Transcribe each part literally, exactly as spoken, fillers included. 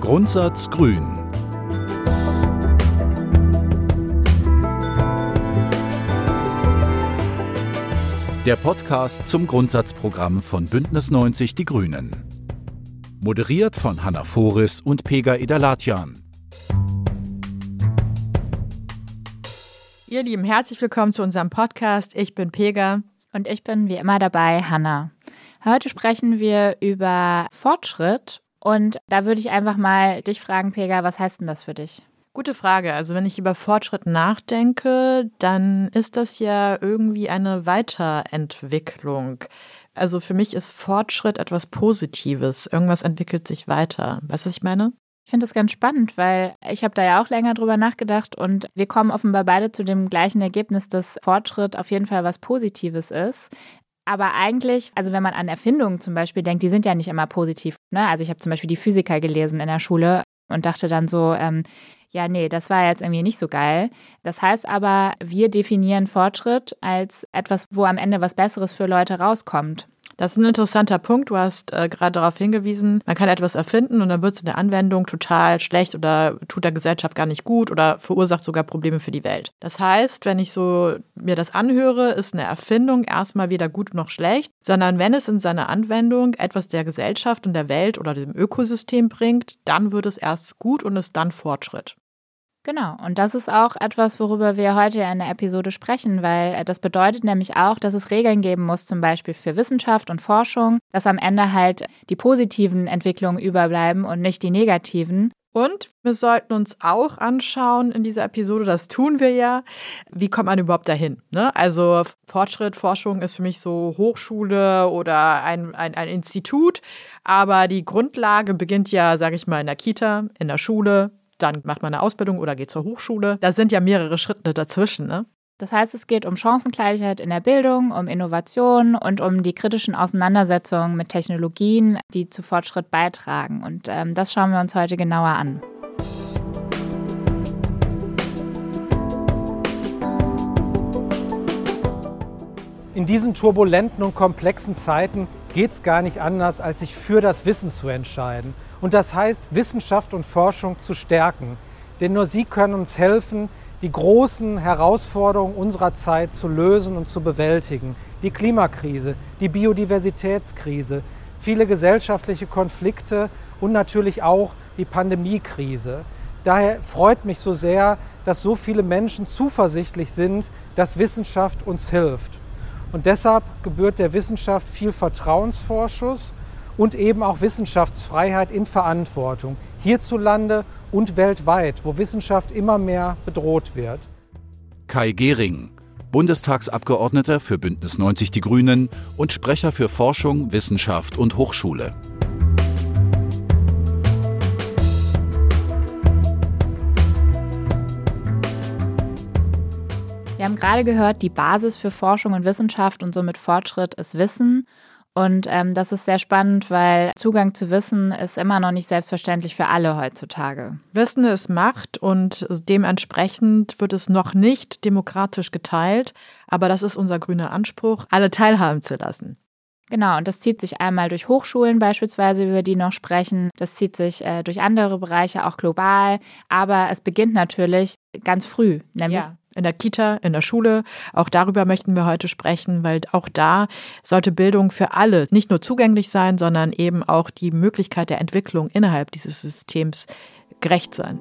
Grundsatz Grün. Der Podcast zum Grundsatzprogramm von Bündnis neunzig Die Grünen. Moderiert von Hanna Foris und Pega Idalatjan. Ihr Lieben, herzlich willkommen zu unserem Podcast. Ich bin Pega. Und ich bin wie immer dabei, Hanna. Heute sprechen wir über Fortschritt und da würde ich einfach mal dich fragen, Pega, was heißt denn das für dich? Gute Frage. Also wenn ich über Fortschritt nachdenke, dann ist das ja irgendwie eine Weiterentwicklung. Also für mich ist Fortschritt etwas Positives. Irgendwas entwickelt sich weiter. Weißt du, was ich meine? Ich finde das ganz spannend, weil ich habe da ja auch länger drüber nachgedacht und wir kommen offenbar beide zu dem gleichen Ergebnis, dass Fortschritt auf jeden Fall was Positives ist. Aber eigentlich, also wenn man an Erfindungen zum Beispiel denkt, die sind ja nicht immer positiv. Ne? Also ich habe zum Beispiel die Physiker gelesen in der Schule und dachte dann so, ähm, ja nee, das war jetzt irgendwie nicht so geil. Das heißt aber, wir definieren Fortschritt als etwas, wo am Ende was Besseres für Leute rauskommt. Das ist ein interessanter Punkt. Du hast äh, gerade darauf hingewiesen, man kann etwas erfinden und dann wird es in der Anwendung total schlecht oder tut der Gesellschaft gar nicht gut oder verursacht sogar Probleme für die Welt. Das heißt, wenn ich so mir das anhöre, ist eine Erfindung erstmal weder gut noch schlecht, sondern wenn es in seiner Anwendung etwas der Gesellschaft und der Welt oder dem Ökosystem bringt, dann wird es erst gut und ist dann Fortschritt. Genau, und das ist auch etwas, worüber wir heute in der Episode sprechen, weil das bedeutet nämlich auch, dass es Regeln geben muss, zum Beispiel für Wissenschaft und Forschung, dass am Ende halt die positiven Entwicklungen überbleiben und nicht die negativen. Und wir sollten uns auch anschauen in dieser Episode, das tun wir ja, wie kommt man überhaupt dahin? Ne? Also Fortschritt, Forschung ist für mich so Hochschule oder ein, ein, ein Institut, aber die Grundlage beginnt ja, sage ich mal, in der Kita, in der Schule. Dann macht man eine Ausbildung oder geht zur Hochschule. Da sind ja mehrere Schritte dazwischen, ne? Das heißt, es geht um Chancengleichheit in der Bildung, um Innovation und um die kritischen Auseinandersetzungen mit Technologien, die zu Fortschritt beitragen. Und ähm, das schauen wir uns heute genauer an. In diesen turbulenten und komplexen Zeiten geht es gar nicht anders, als sich für das Wissen zu entscheiden. Und das heißt, Wissenschaft und Forschung zu stärken. Denn nur sie können uns helfen, die großen Herausforderungen unserer Zeit zu lösen und zu bewältigen. Die Klimakrise, die Biodiversitätskrise, viele gesellschaftliche Konflikte und natürlich auch die Pandemiekrise. Daher freut mich so sehr, dass so viele Menschen zuversichtlich sind, dass Wissenschaft uns hilft. Und deshalb gebührt der Wissenschaft viel Vertrauensvorschuss und eben auch Wissenschaftsfreiheit in Verantwortung, hierzulande und weltweit, wo Wissenschaft immer mehr bedroht wird. Kai Gehring, Bundestagsabgeordneter für Bündnis neunzig Die Grünen und Sprecher für Forschung, Wissenschaft und Hochschule. Wir haben gerade gehört, die Basis für Forschung und Wissenschaft und somit Fortschritt ist Wissen. Und ähm, das ist sehr spannend, weil Zugang zu Wissen ist immer noch nicht selbstverständlich für alle heutzutage. Wissen ist Macht und dementsprechend wird es noch nicht demokratisch geteilt. Aber das ist unser grüner Anspruch, alle teilhaben zu lassen. Genau, und das zieht sich einmal durch Hochschulen beispielsweise, über die noch sprechen. Das zieht sich äh, durch andere Bereiche, auch global. Aber es beginnt natürlich ganz früh, nämlich ja. In der Kita, in der Schule. Auch darüber möchten wir heute sprechen, weil auch da sollte Bildung für alle nicht nur zugänglich sein, sondern eben auch die Möglichkeit der Entwicklung innerhalb dieses Systems gerecht sein.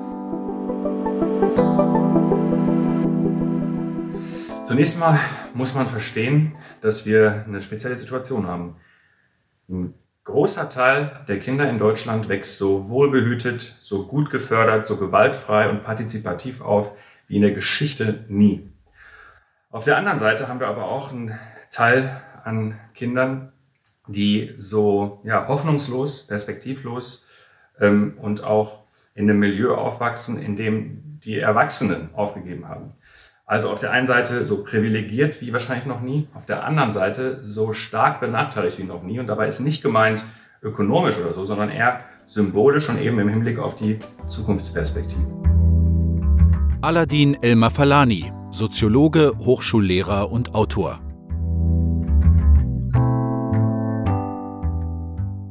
Zunächst mal muss man verstehen, dass wir eine spezielle Situation haben. Ein großer Teil der Kinder in Deutschland wächst so wohlbehütet, so gut gefördert, so gewaltfrei und partizipativ auf wie in der Geschichte nie. Auf der anderen Seite haben wir aber auch einen Teil an Kindern, die so ja, hoffnungslos, perspektivlos ähm, und auch in einem Milieu aufwachsen, in dem die Erwachsenen aufgegeben haben. Also auf der einen Seite so privilegiert wie wahrscheinlich noch nie, auf der anderen Seite so stark benachteiligt wie noch nie. Und dabei ist nicht gemeint ökonomisch oder so, sondern eher symbolisch und eben im Hinblick auf die Zukunftsperspektive. Aladin El-Mafalani, Soziologe, Hochschullehrer und Autor.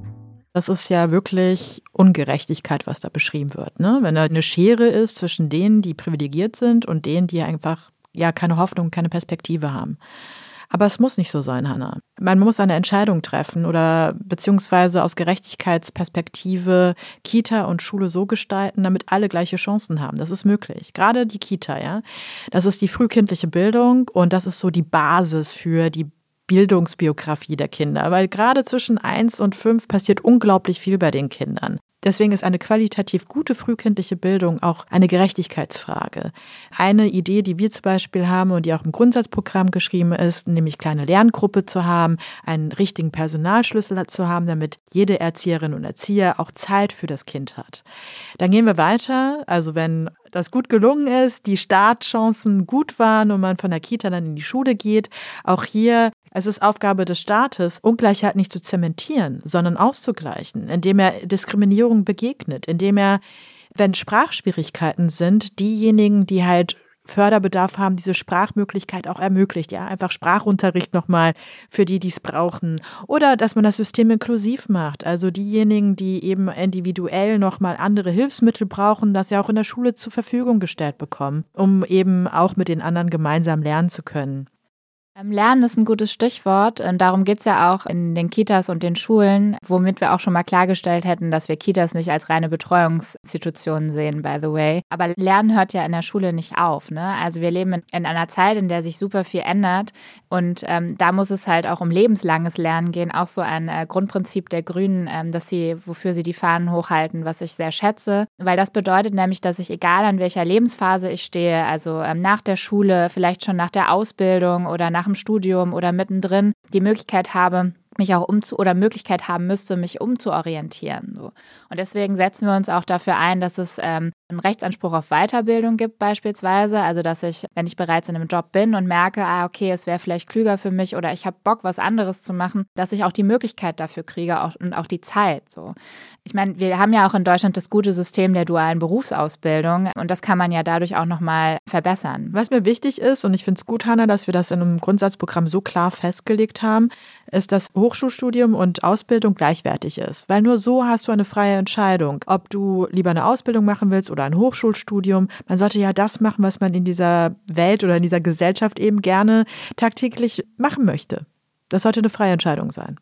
Das ist ja wirklich Ungerechtigkeit, was da beschrieben wird, ne? Wenn da eine Schere ist zwischen denen, die privilegiert sind und denen, die einfach ja keine Hoffnung, keine Perspektive haben. Aber es muss nicht so sein, Hannah. Man muss eine Entscheidung treffen oder beziehungsweise aus Gerechtigkeitsperspektive Kita und Schule so gestalten, damit alle gleiche Chancen haben. Das ist möglich. Gerade die Kita, ja. Das ist die frühkindliche Bildung und das ist so die Basis für die Bildungsbiografie der Kinder, weil gerade zwischen eins und fünf passiert unglaublich viel bei den Kindern. Deswegen ist eine qualitativ gute frühkindliche Bildung auch eine Gerechtigkeitsfrage. Eine Idee, die wir zum Beispiel haben und die auch im Grundsatzprogramm geschrieben ist, nämlich kleine Lerngruppe zu haben, einen richtigen Personalschlüssel zu haben, damit jede Erzieherin und Erzieher auch Zeit für das Kind hat. Dann gehen wir weiter. Also wenn das gut gelungen ist, die Startchancen gut waren und man von der Kita dann in die Schule geht, auch hier, es ist Aufgabe des Staates, Ungleichheit nicht zu zementieren, sondern auszugleichen, indem er Diskriminierung begegnet, indem er, wenn Sprachschwierigkeiten sind, diejenigen, die halt Förderbedarf haben, diese Sprachmöglichkeit auch ermöglicht. Ja, einfach Sprachunterricht nochmal für die, die es brauchen. Oder dass man das System inklusiv macht. Also diejenigen, die eben individuell nochmal andere Hilfsmittel brauchen, das ja auch in der Schule zur Verfügung gestellt bekommen, um eben auch mit den anderen gemeinsam lernen zu können. Lernen ist ein gutes Stichwort. Darum geht es ja auch in den Kitas und den Schulen, womit wir auch schon mal klargestellt hätten, dass wir Kitas nicht als reine Betreuungsinstitutionen sehen, by the way. Aber Lernen hört ja in der Schule nicht auf, ne? Also wir leben in, in einer Zeit, in der sich super viel ändert und ähm, da muss es halt auch um lebenslanges Lernen gehen. Auch so ein äh, Grundprinzip der Grünen, ähm, dass sie, wofür sie die Fahnen hochhalten, was ich sehr schätze. Weil das bedeutet nämlich, dass ich, egal an welcher Lebensphase ich stehe, also ähm, nach der Schule, vielleicht schon nach der Ausbildung oder nach dem Studium oder mittendrin die Möglichkeit habe, mich auch umzu oder Möglichkeit haben müsste, mich umzuorientieren. So. Und deswegen setzen wir uns auch dafür ein, dass es ähm, einen Rechtsanspruch auf Weiterbildung gibt beispielsweise. Also dass ich, wenn ich bereits in einem Job bin und merke, ah okay, es wäre vielleicht klüger für mich oder ich habe Bock, was anderes zu machen, dass ich auch die Möglichkeit dafür kriege auch, und auch die Zeit. So. Ich meine, wir haben ja auch in Deutschland das gute System der dualen Berufsausbildung und das kann man ja dadurch auch nochmal verbessern. Was mir wichtig ist, und ich finde es gut, Hannah, dass wir das in einem Grundsatzprogramm so klar festgelegt haben, ist, dass Hochschulstudium und Ausbildung gleichwertig ist. Weil nur so hast du eine freie Entscheidung, ob du lieber eine Ausbildung machen willst oder ein Hochschulstudium. Man sollte ja das machen, was man in dieser Welt oder in dieser Gesellschaft eben gerne tagtäglich machen möchte. Das sollte eine freie Entscheidung sein.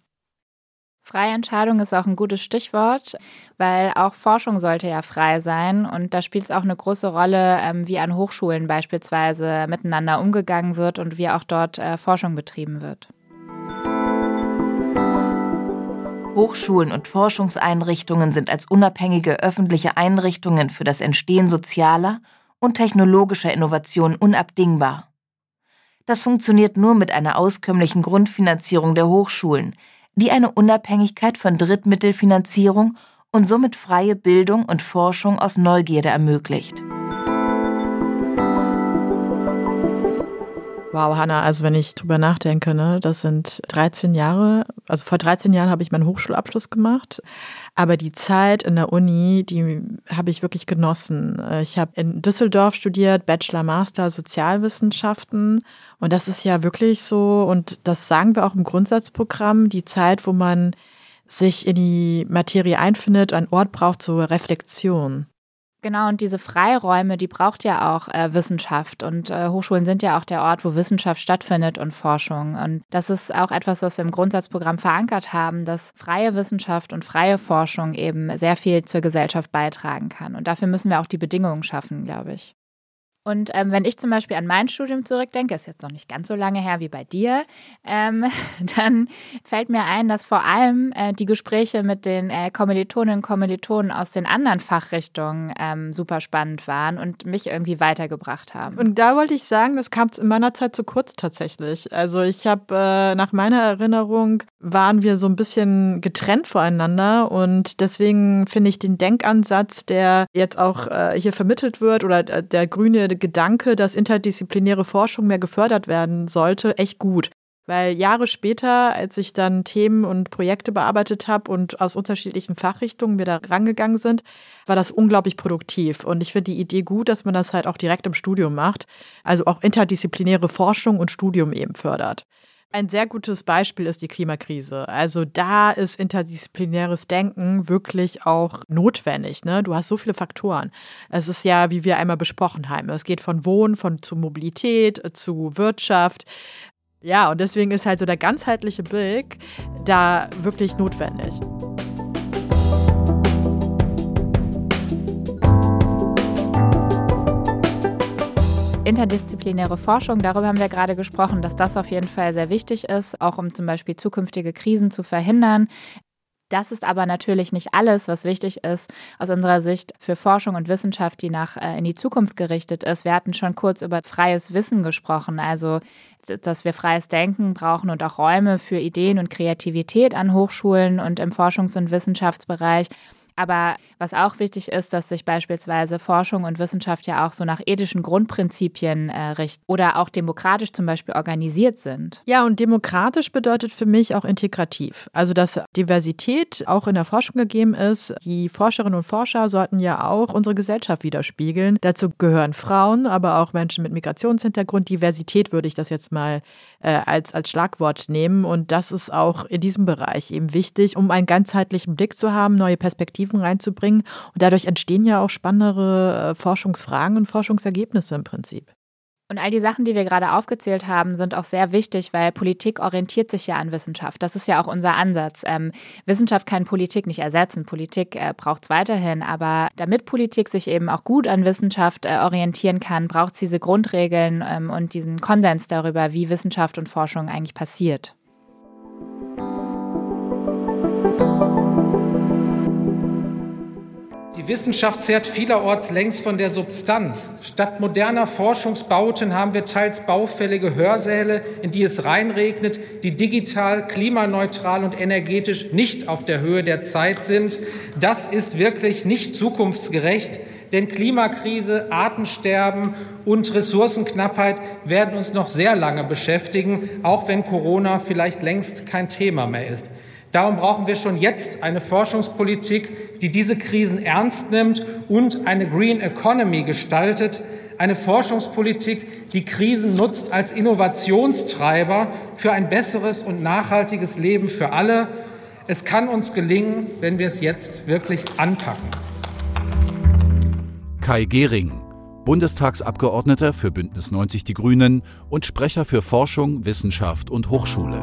Freie Entscheidung ist auch ein gutes Stichwort, weil auch Forschung sollte ja frei sein und da spielt es auch eine große Rolle, wie an Hochschulen beispielsweise miteinander umgegangen wird und wie auch dort Forschung betrieben wird. Hochschulen und Forschungseinrichtungen sind als unabhängige öffentliche Einrichtungen für das Entstehen sozialer und technologischer Innovationen unabdingbar. Das funktioniert nur mit einer auskömmlichen Grundfinanzierung der Hochschulen, die eine Unabhängigkeit von Drittmittelfinanzierung und somit freie Bildung und Forschung aus Neugierde ermöglicht. Wow, Hannah, also wenn ich drüber nachdenke, ne, das sind dreizehn Jahre, also vor dreizehn Jahren habe ich meinen Hochschulabschluss gemacht, aber die Zeit in der Uni, die habe ich wirklich genossen. Ich habe in Düsseldorf studiert, Bachelor, Master, Sozialwissenschaften und das ist ja wirklich so und das sagen wir auch im Grundsatzprogramm, die Zeit, wo man sich in die Materie einfindet, einen Ort braucht zur Reflexion. Genau, und diese Freiräume, die braucht ja auch äh, Wissenschaft und äh, Hochschulen sind ja auch der Ort, wo Wissenschaft stattfindet und Forschung. Und das ist auch etwas, was wir im Grundsatzprogramm verankert haben, dass freie Wissenschaft und freie Forschung eben sehr viel zur Gesellschaft beitragen kann. Und dafür müssen wir auch die Bedingungen schaffen, glaube ich. Und ähm, wenn ich zum Beispiel an mein Studium zurückdenke, ist jetzt noch nicht ganz so lange her wie bei dir, ähm, dann fällt mir ein, dass vor allem äh, die Gespräche mit den äh, Kommilitoninnen und Kommilitonen aus den anderen Fachrichtungen ähm, super spannend waren und mich irgendwie weitergebracht haben. Und da wollte ich sagen, das kam in meiner Zeit zu kurz tatsächlich. Also ich habe äh, nach meiner Erinnerung waren wir so ein bisschen getrennt voneinander und deswegen finde ich den Denkansatz, der jetzt auch äh, hier vermittelt wird oder der grüne Gedanke, dass interdisziplinäre Forschung mehr gefördert werden sollte, echt gut. Weil Jahre später, als ich dann Themen und Projekte bearbeitet habe und aus unterschiedlichen Fachrichtungen wir da rangegangen sind, war das unglaublich produktiv. Und ich finde die Idee gut, dass man das halt auch direkt im Studium macht. Also auch interdisziplinäre Forschung und Studium eben fördert. Ein sehr gutes Beispiel ist die Klimakrise. Also da ist interdisziplinäres Denken wirklich auch notwendig. Ne? Du hast so viele Faktoren. Es ist ja, wie wir einmal besprochen haben, es geht von Wohnen, von zu Mobilität, zu Wirtschaft. Ja, und deswegen ist halt so der ganzheitliche Blick da wirklich notwendig. Interdisziplinäre Forschung, darüber haben wir gerade gesprochen, dass das auf jeden Fall sehr wichtig ist, auch um zum Beispiel zukünftige Krisen zu verhindern. Das ist aber natürlich nicht alles, was wichtig ist aus unserer Sicht für Forschung und Wissenschaft, die nach äh, in die Zukunft gerichtet ist. Wir hatten schon kurz über freies Wissen gesprochen, also dass wir freies Denken brauchen und auch Räume für Ideen und Kreativität an Hochschulen und im Forschungs- und Wissenschaftsbereich. Aber was auch wichtig ist, dass sich beispielsweise Forschung und Wissenschaft ja auch so nach ethischen Grundprinzipien äh, richten oder auch demokratisch zum Beispiel organisiert sind. Ja, und demokratisch bedeutet für mich auch integrativ. Also, dass Diversität auch in der Forschung gegeben ist. Die Forscherinnen und Forscher sollten ja auch unsere Gesellschaft widerspiegeln. Dazu gehören Frauen, aber auch Menschen mit Migrationshintergrund. Diversität würde ich das jetzt mal äh, als, als Schlagwort nehmen. Und das ist auch in diesem Bereich eben wichtig, um einen ganzheitlichen Blick zu haben, neue Perspektiven reinzubringen. Und dadurch entstehen ja auch spannendere Forschungsfragen und Forschungsergebnisse im Prinzip. Und all die Sachen, die wir gerade aufgezählt haben, sind auch sehr wichtig, weil Politik orientiert sich ja an Wissenschaft. Das ist ja auch unser Ansatz. Ähm, Wissenschaft kann Politik nicht ersetzen. Politik äh, braucht es weiterhin. Aber damit Politik sich eben auch gut an Wissenschaft äh, orientieren kann, braucht es diese Grundregeln ähm, und diesen Konsens darüber, wie Wissenschaft und Forschung eigentlich passiert. Die Wissenschaft zehrt vielerorts längst von der Substanz. Statt moderner Forschungsbauten haben wir teils baufällige Hörsäle, in die es reinregnet, die digital, klimaneutral und energetisch nicht auf der Höhe der Zeit sind. Das ist wirklich nicht zukunftsgerecht, denn Klimakrise, Artensterben und Ressourcenknappheit werden uns noch sehr lange beschäftigen, auch wenn Corona vielleicht längst kein Thema mehr ist. Darum brauchen wir schon jetzt eine Forschungspolitik, die diese Krisen ernst nimmt und eine Green Economy gestaltet. Eine Forschungspolitik, die Krisen nutzt als Innovationstreiber für ein besseres und nachhaltiges Leben für alle. Es kann uns gelingen, wenn wir es jetzt wirklich anpacken. Kai Gehring, Bundestagsabgeordneter für Bündnis neunzig Die Grünen und Sprecher für Forschung, Wissenschaft und Hochschule.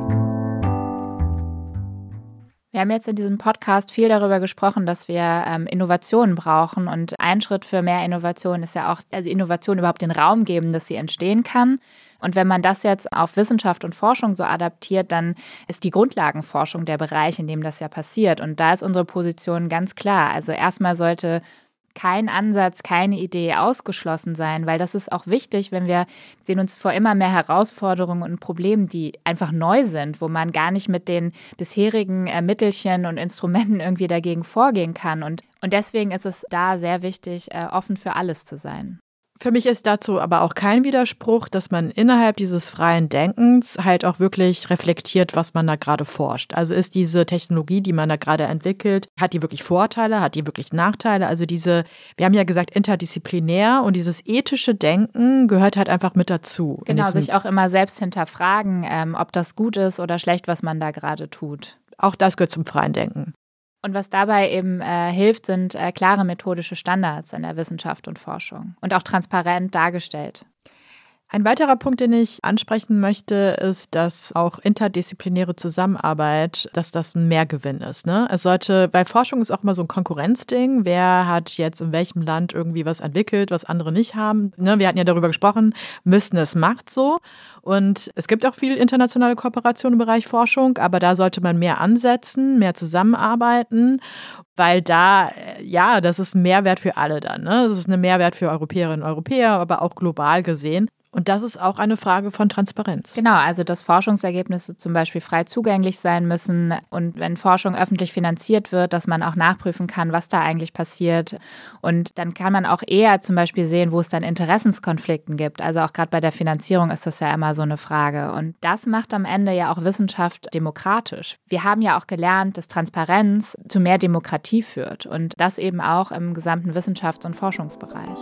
Wir haben jetzt in diesem Podcast viel darüber gesprochen, dass wir ähm, Innovationen brauchen. Und ein Schritt für mehr Innovation ist ja auch, also Innovation überhaupt den Raum geben, dass sie entstehen kann. Und wenn man das jetzt auf Wissenschaft und Forschung so adaptiert, dann ist die Grundlagenforschung der Bereich, in dem das ja passiert. Und da ist unsere Position ganz klar. Also erstmal sollte kein Ansatz, keine Idee ausgeschlossen sein, weil das ist auch wichtig, wenn wir sehen uns vor immer mehr Herausforderungen und Problemen, die einfach neu sind, wo man gar nicht mit den bisherigen äh, Mittelchen und Instrumenten irgendwie dagegen vorgehen kann. Und, und deswegen ist es da sehr wichtig, äh, offen für alles zu sein. Für mich ist dazu aber auch kein Widerspruch, dass man innerhalb dieses freien Denkens halt auch wirklich reflektiert, was man da gerade forscht. Also ist diese Technologie, die man da gerade entwickelt, hat die wirklich Vorteile, hat die wirklich Nachteile? Also diese, wir haben ja gesagt, interdisziplinär und dieses ethische Denken gehört halt einfach mit dazu. Genau, sich auch immer selbst hinterfragen, ähm, ob das gut ist oder schlecht, was man da gerade tut. Auch das gehört zum freien Denken. Und was dabei eben äh, hilft, sind äh, klare methodische Standards in der Wissenschaft und Forschung und auch transparent dargestellt. Ein weiterer Punkt, den ich ansprechen möchte, ist, dass auch interdisziplinäre Zusammenarbeit, dass das ein Mehrgewinn ist. Ne? Es sollte, bei Forschung ist auch immer so ein Konkurrenzding. Wer hat jetzt in welchem Land irgendwie was entwickelt, was andere nicht haben? Ne? Wir hatten ja darüber gesprochen, müssten es macht so. Und es gibt auch viel internationale Kooperation im Bereich Forschung, aber da sollte man mehr ansetzen, mehr zusammenarbeiten, weil da, ja, das ist ein Mehrwert für alle dann. Ne? Das ist ein Mehrwert für Europäerinnen und Europäer, aber auch global gesehen. Und das ist auch eine Frage von Transparenz. Genau, also dass Forschungsergebnisse zum Beispiel frei zugänglich sein müssen und wenn Forschung öffentlich finanziert wird, dass man auch nachprüfen kann, was da eigentlich passiert. Und dann kann man auch eher zum Beispiel sehen, wo es dann Interessenskonflikten gibt. Also auch gerade bei der Finanzierung ist das ja immer so eine Frage. Und das macht am Ende ja auch Wissenschaft demokratisch. Wir haben ja auch gelernt, dass Transparenz zu mehr Demokratie führt und das eben auch im gesamten Wissenschafts- und Forschungsbereich.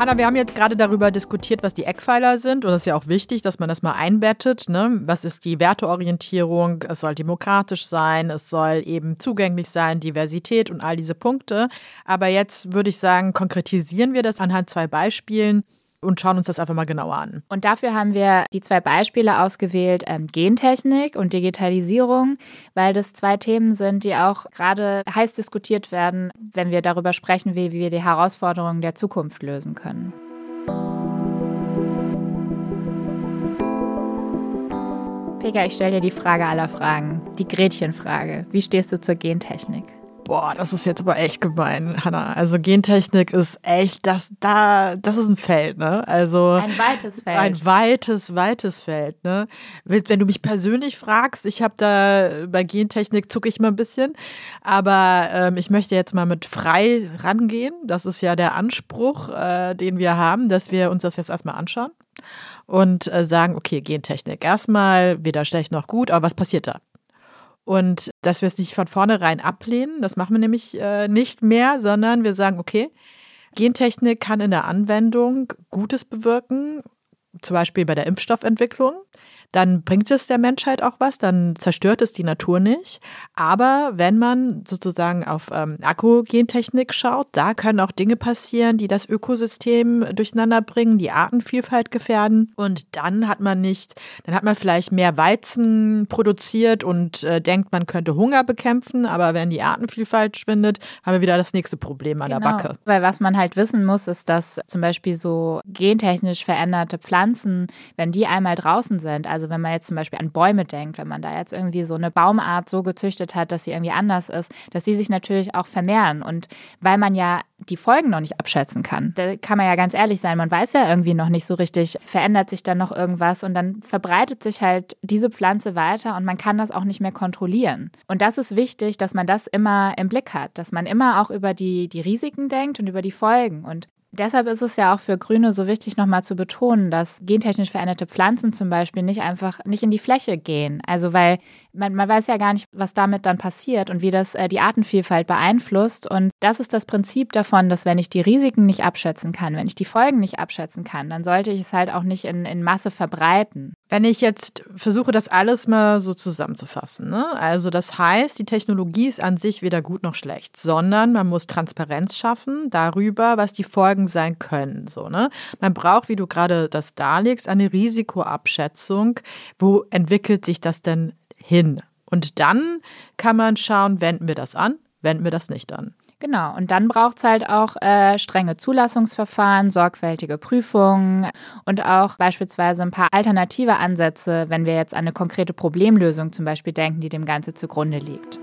Hanna, wir haben jetzt gerade darüber diskutiert, was die Eckpfeiler sind. Und es ist ja auch wichtig, dass man das mal einbettet. Ne? Was ist die Werteorientierung? Es soll demokratisch sein, es soll eben zugänglich sein, Diversität und all diese Punkte. Aber jetzt würde ich sagen, konkretisieren wir das anhand zwei Beispielen und schauen uns das einfach mal genauer an. Und dafür haben wir die zwei Beispiele ausgewählt, ähm, Gentechnik und Digitalisierung, weil das zwei Themen sind, die auch gerade heiß diskutiert werden, wenn wir darüber sprechen, wie wir die Herausforderungen der Zukunft lösen können. Pega, ich stelle dir die Frage aller Fragen, die Gretchenfrage. Wie stehst du zur Gentechnik? Boah, das ist jetzt aber echt gemein, Hanna. Also Gentechnik ist echt, das da, das ist ein Feld, ne? Also ein weites Feld. Ein weites, weites Feld, ne? Wenn du mich persönlich fragst, ich habe da bei Gentechnik zucke ich mal ein bisschen, aber ähm, ich möchte jetzt mal mit frei rangehen. Das ist ja der Anspruch, äh, den wir haben, dass wir uns das jetzt erstmal anschauen und äh, sagen, okay, Gentechnik erstmal weder schlecht noch gut, aber was passiert da? Und dass wir es nicht von vornherein ablehnen, das machen wir nämlich äh, nicht mehr, sondern wir sagen, okay, Gentechnik kann in der Anwendung Gutes bewirken, zum Beispiel bei der Impfstoffentwicklung. Dann bringt es der Menschheit auch was, dann zerstört es die Natur nicht. Aber wenn man sozusagen auf ähm, Agrogentechnik schaut, da können auch Dinge passieren, die das Ökosystem durcheinander bringen, die Artenvielfalt gefährden. Und dann hat man nicht, dann hat man vielleicht mehr Weizen produziert und äh, denkt, man könnte Hunger bekämpfen. Aber wenn die Artenvielfalt schwindet, haben wir wieder das nächste Problem an genau. der Backe. Weil was man halt wissen muss, ist, dass zum Beispiel so gentechnisch veränderte Pflanzen, wenn die einmal draußen sind, also wenn man jetzt zum Beispiel an Bäume denkt, wenn man da jetzt irgendwie so eine Baumart so gezüchtet hat, dass sie irgendwie anders ist, dass sie sich natürlich auch vermehren. Und weil man ja die Folgen noch nicht abschätzen kann, da kann man ja ganz ehrlich sein, man weiß ja irgendwie noch nicht so richtig, verändert sich dann noch irgendwas und dann verbreitet sich halt diese Pflanze weiter und man kann das auch nicht mehr kontrollieren. Und das ist wichtig, dass man das immer im Blick hat, dass man immer auch über die, die Risiken denkt und über die Folgen. Und deshalb ist es ja auch für Grüne so wichtig, nochmal zu betonen, dass gentechnisch veränderte Pflanzen zum Beispiel nicht einfach nicht in die Fläche gehen. Also weil man, man weiß ja gar nicht, was damit dann passiert und wie das äh, die Artenvielfalt beeinflusst. Und das ist das Prinzip davon, dass wenn ich die Risiken nicht abschätzen kann, wenn ich die Folgen nicht abschätzen kann, dann sollte ich es halt auch nicht in, in Masse verbreiten. Wenn ich jetzt versuche, das alles mal so zusammenzufassen, ne? Also das heißt, die Technologie ist an sich weder gut noch schlecht, sondern man muss Transparenz schaffen darüber, was die Folgen sein können. So, ne? Man braucht, wie du gerade das darlegst, eine Risikoabschätzung. Wo entwickelt sich das denn hin? Und dann kann man schauen, wenden wir das an, wenden wir das nicht an. Genau, und dann braucht es halt auch äh, strenge Zulassungsverfahren, sorgfältige Prüfungen und auch beispielsweise ein paar alternative Ansätze, wenn wir jetzt an eine konkrete Problemlösung zum Beispiel denken, die dem Ganze zugrunde liegt.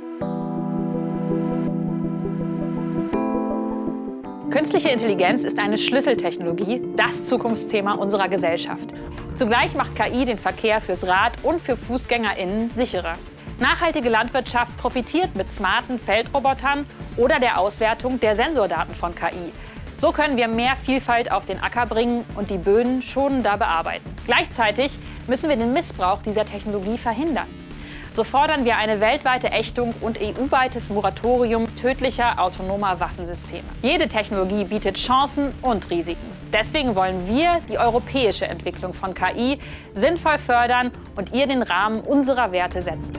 Künstliche Intelligenz ist eine Schlüsseltechnologie, das Zukunftsthema unserer Gesellschaft. Zugleich macht K I den Verkehr fürs Rad und für FußgängerInnen sicherer. Nachhaltige Landwirtschaft profitiert mit smarten Feldrobotern oder der Auswertung der Sensordaten von K I. So können wir mehr Vielfalt auf den Acker bringen und die Böden schonender bearbeiten. Gleichzeitig müssen wir den Missbrauch dieser Technologie verhindern. So fordern wir eine weltweite Ächtung und E U-weites Moratorium tödlicher autonomer Waffensysteme. Jede Technologie bietet Chancen und Risiken. Deswegen wollen wir die europäische Entwicklung von K I sinnvoll fördern und ihr den Rahmen unserer Werte setzen.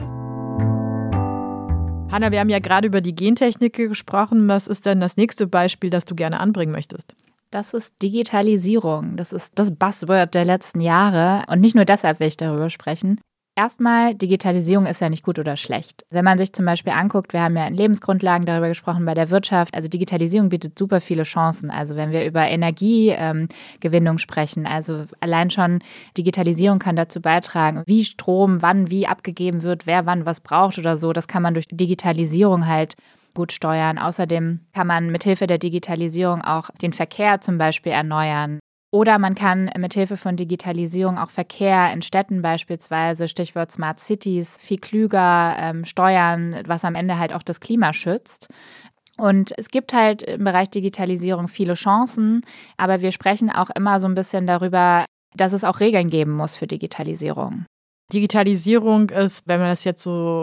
Hanna, wir haben ja gerade über die Gentechnik gesprochen. Was ist denn das nächste Beispiel, das du gerne anbringen möchtest? Das ist Digitalisierung. Das ist das Buzzword der letzten Jahre. Und nicht nur deshalb will ich darüber sprechen. Erstmal, Digitalisierung ist ja nicht gut oder schlecht. Wenn man sich zum Beispiel anguckt, wir haben ja in Lebensgrundlagen darüber gesprochen bei der Wirtschaft, also Digitalisierung bietet super viele Chancen. Also wenn wir über Energiegewinnung ähm, sprechen, also allein schon Digitalisierung kann dazu beitragen, wie Strom wann wie abgegeben wird, wer wann was braucht oder so. Das kann man durch Digitalisierung halt gut steuern. Außerdem kann man mithilfe der Digitalisierung auch den Verkehr zum Beispiel erneuern. Oder man kann mithilfe von Digitalisierung auch Verkehr in Städten beispielsweise, Stichwort Smart Cities, viel klüger ähm, steuern, was am Ende halt auch das Klima schützt. Und es gibt halt im Bereich Digitalisierung viele Chancen, aber wir sprechen auch immer so ein bisschen darüber, dass es auch Regeln geben muss für Digitalisierung. Digitalisierung ist, wenn man das jetzt so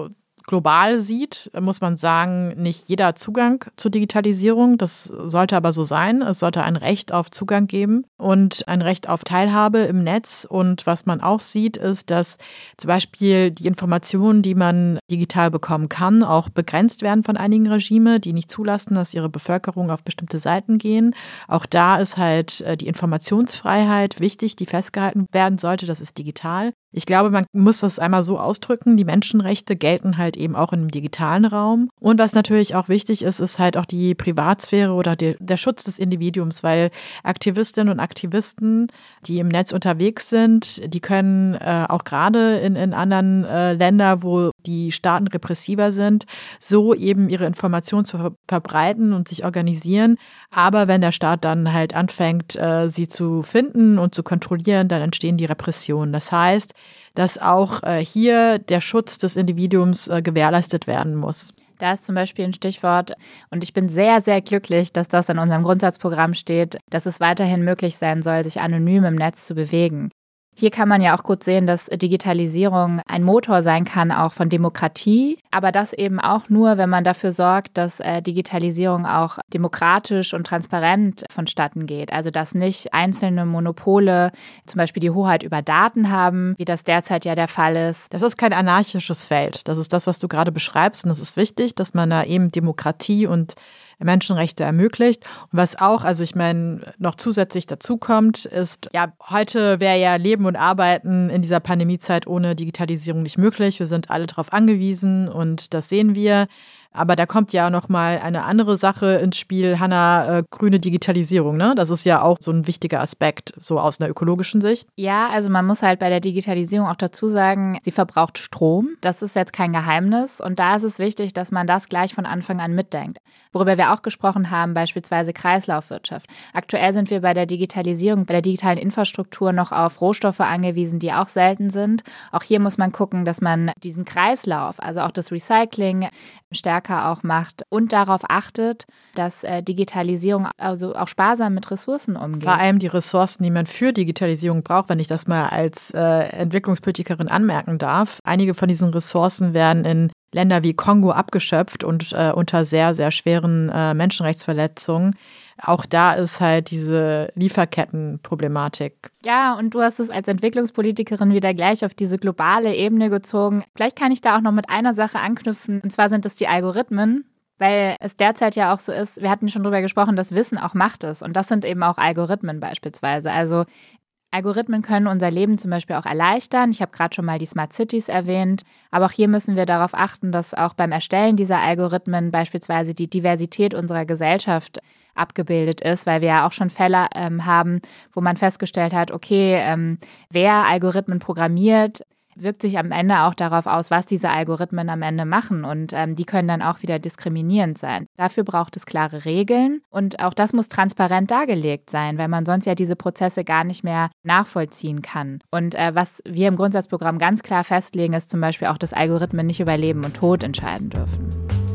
global sieht, muss man sagen, nicht jeder Zugang zur Digitalisierung. Das sollte aber so sein. Es sollte ein Recht auf Zugang geben und ein Recht auf Teilhabe im Netz. Und was man auch sieht, ist, dass zum Beispiel die Informationen, die man digital bekommen kann, auch begrenzt werden von einigen Regime, die nicht zulassen, dass ihre Bevölkerung auf bestimmte Seiten gehen. Auch da ist halt die Informationsfreiheit wichtig, die festgehalten werden sollte. Das ist digital. Ich glaube, man muss das einmal so ausdrücken, die Menschenrechte gelten halt eben auch im digitalen Raum. Und was natürlich auch wichtig ist, ist halt auch die Privatsphäre oder die, der Schutz des Individuums, weil Aktivistinnen und Aktivisten, die im Netz unterwegs sind, die können äh, auch gerade in, in anderen äh, Ländern, wo die Staaten repressiver sind, so eben ihre Informationen zu ver- verbreiten und sich organisieren. Aber wenn der Staat dann halt anfängt, äh, sie zu finden und zu kontrollieren, dann entstehen die Repressionen. Das heißt, dass auch äh, hier der Schutz des Individuums äh, gewährleistet werden muss. Da ist zum Beispiel ein Stichwort und ich bin sehr, sehr glücklich, dass das in unserem Grundsatzprogramm steht, dass es weiterhin möglich sein soll, sich anonym im Netz zu bewegen. Hier kann man ja auch gut sehen, dass Digitalisierung ein Motor sein kann, auch von Demokratie, aber das eben auch nur, wenn man dafür sorgt, dass äh, Digitalisierung auch demokratisch und transparent vonstatten geht. Also dass nicht einzelne Monopole zum Beispiel die Hoheit über Daten haben, wie das derzeit ja der Fall ist. Das ist kein anarchisches Feld. Das ist das, was du gerade beschreibst und es ist wichtig, dass man da eben Demokratie und Menschenrechte ermöglicht. Und was auch, also ich meine, noch zusätzlich dazu kommt, ist, ja, heute wäre ja Leben und Arbeiten in dieser Pandemiezeit ohne Digitalisierung nicht möglich. Wir sind alle darauf angewiesen und das sehen wir. Aber da kommt ja noch mal eine andere Sache ins Spiel, Hanna, äh, grüne Digitalisierung, ne? Das ist ja auch so ein wichtiger Aspekt, so aus einer ökologischen Sicht. Ja, also man muss halt bei der Digitalisierung auch dazu sagen, sie verbraucht Strom. Das ist jetzt kein Geheimnis. Und da ist es wichtig, dass man das gleich von Anfang an mitdenkt. Worüber wir auch gesprochen haben, beispielsweise Kreislaufwirtschaft. Aktuell sind wir bei der Digitalisierung, bei der digitalen Infrastruktur noch auf Rohstoffe angewiesen, die auch selten sind. Auch hier muss man gucken, dass man diesen Kreislauf, also auch das Recycling, stärker auch macht und darauf achtet, dass äh, Digitalisierung also auch sparsam mit Ressourcen umgeht. Vor allem die Ressourcen, die man für Digitalisierung braucht, wenn ich das mal als äh, Entwicklungspolitikerin anmerken darf. Einige von diesen Ressourcen werden in Länder wie Kongo abgeschöpft und äh, unter sehr, sehr schweren äh, Menschenrechtsverletzungen. Auch da ist halt diese Lieferkettenproblematik. Ja, und du hast es als Entwicklungspolitikerin wieder gleich auf diese globale Ebene gezogen. Vielleicht kann ich da auch noch mit einer Sache anknüpfen, und zwar sind es die Algorithmen. Weil es derzeit ja auch so ist, wir hatten schon drüber gesprochen, dass Wissen auch Macht ist. Und das sind eben auch Algorithmen beispielsweise. Also Algorithmen können unser Leben zum Beispiel auch erleichtern. Ich habe gerade schon mal die Smart Cities erwähnt. Aber auch hier müssen wir darauf achten, dass auch beim Erstellen dieser Algorithmen beispielsweise die Diversität unserer Gesellschaft abgebildet ist, weil wir ja auch schon Fälle ähm, haben, wo man festgestellt hat, okay, ähm, wer Algorithmen programmiert, wirkt sich am Ende auch darauf aus, was diese Algorithmen am Ende machen. Und ähm, die können dann auch wieder diskriminierend sein. Dafür braucht es klare Regeln. Und auch das muss transparent dargelegt sein, weil man sonst ja diese Prozesse gar nicht mehr nachvollziehen kann. Und äh, was wir im Grundsatzprogramm ganz klar festlegen, ist zum Beispiel auch, dass Algorithmen nicht über Leben und Tod entscheiden dürfen.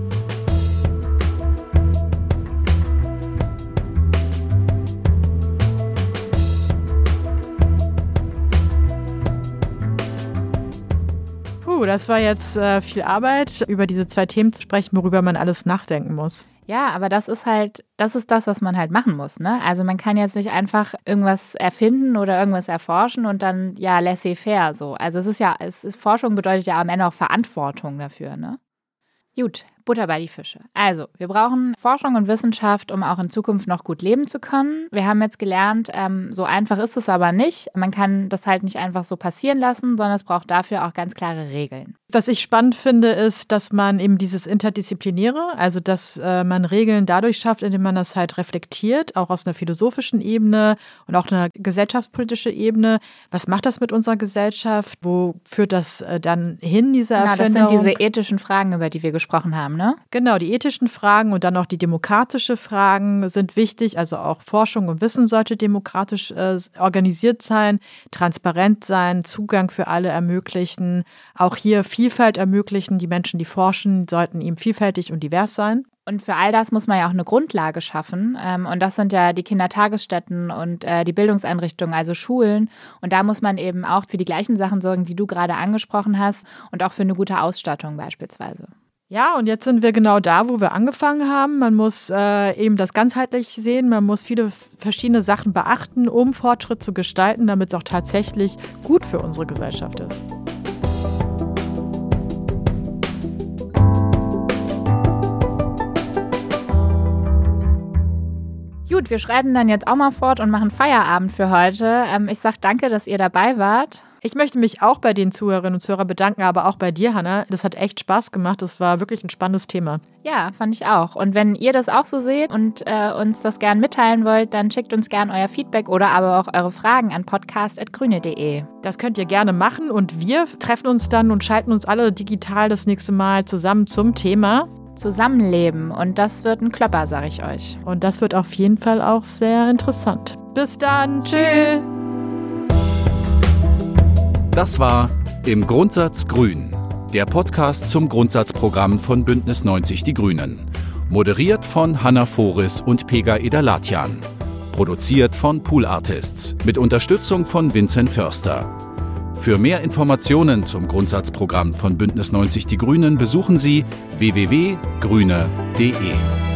Das war jetzt äh, viel Arbeit, über diese zwei Themen zu sprechen, worüber man alles nachdenken muss. Ja, aber das ist halt, das ist das, was man halt machen muss, ne? Also man kann jetzt nicht einfach irgendwas erfinden oder irgendwas erforschen und dann, ja, laissez-faire so. Also es ist ja, es ist, Forschung bedeutet ja am Ende auch Verantwortung dafür, ne? Gut, Butter bei die Fische. Also, wir brauchen Forschung und Wissenschaft, um auch in Zukunft noch gut leben zu können. Wir haben jetzt gelernt, ähm, so einfach ist es aber nicht. Man kann das halt nicht einfach so passieren lassen, sondern es braucht dafür auch ganz klare Regeln. Was ich spannend finde, ist, dass man eben dieses Interdisziplinäre, also dass äh, man Regeln dadurch schafft, indem man das halt reflektiert, auch aus einer philosophischen Ebene und auch einer gesellschaftspolitischen Ebene. Was macht das mit unserer Gesellschaft? Wo führt das äh, dann hin, diese genau, Erfindung? Das sind diese ethischen Fragen, über die wir gesprochen haben, ne? Genau, die ethischen Fragen und dann auch die demokratischen Fragen sind wichtig. Also auch Forschung und Wissen sollte demokratisch äh, organisiert sein, transparent sein, Zugang für alle ermöglichen, auch hier Vielfalt ermöglichen. Die Menschen, die forschen, sollten eben vielfältig und divers sein. Und für all das muss man ja auch eine Grundlage schaffen. Und das sind ja die Kindertagesstätten und die Bildungseinrichtungen, also Schulen. Und da muss man eben auch für die gleichen Sachen sorgen, die du gerade angesprochen hast und auch für eine gute Ausstattung beispielsweise. Ja, und jetzt sind wir genau da, wo wir angefangen haben. Man muss äh, eben das ganzheitlich sehen. Man muss viele verschiedene Sachen beachten, um Fortschritt zu gestalten, damit es auch tatsächlich gut für unsere Gesellschaft ist. Gut, wir schreiten dann jetzt auch mal fort und machen Feierabend für heute. Ähm, ich sage danke, dass ihr dabei wart. Ich möchte mich auch bei den Zuhörerinnen und Zuhörern bedanken, aber auch bei dir, Hanna. Das hat echt Spaß gemacht. Das war wirklich ein spannendes Thema. Ja, fand ich auch. Und wenn ihr das auch so seht und äh, uns das gern mitteilen wollt, dann schickt uns gern euer Feedback oder aber auch eure Fragen an podcast at grüne punkt de. Das könnt ihr gerne machen und wir treffen uns dann und schalten uns alle digital das nächste Mal zusammen zum Thema Zusammenleben. Und das wird ein Klopper, sag ich euch. Und das wird auf jeden Fall auch sehr interessant. Bis dann. Tschüss. Das war Im Grundsatz Grün, der Podcast zum Grundsatzprogramm von Bündnis neunzig Die Grünen. Moderiert von Hanna Foris und Pega Eder-Latjan. Produziert von Pool Artists mit Unterstützung von Vincent Förster. Für mehr Informationen zum Grundsatzprogramm von Bündnis neunzig Die Grünen besuchen Sie w w w punkt grüne punkt de.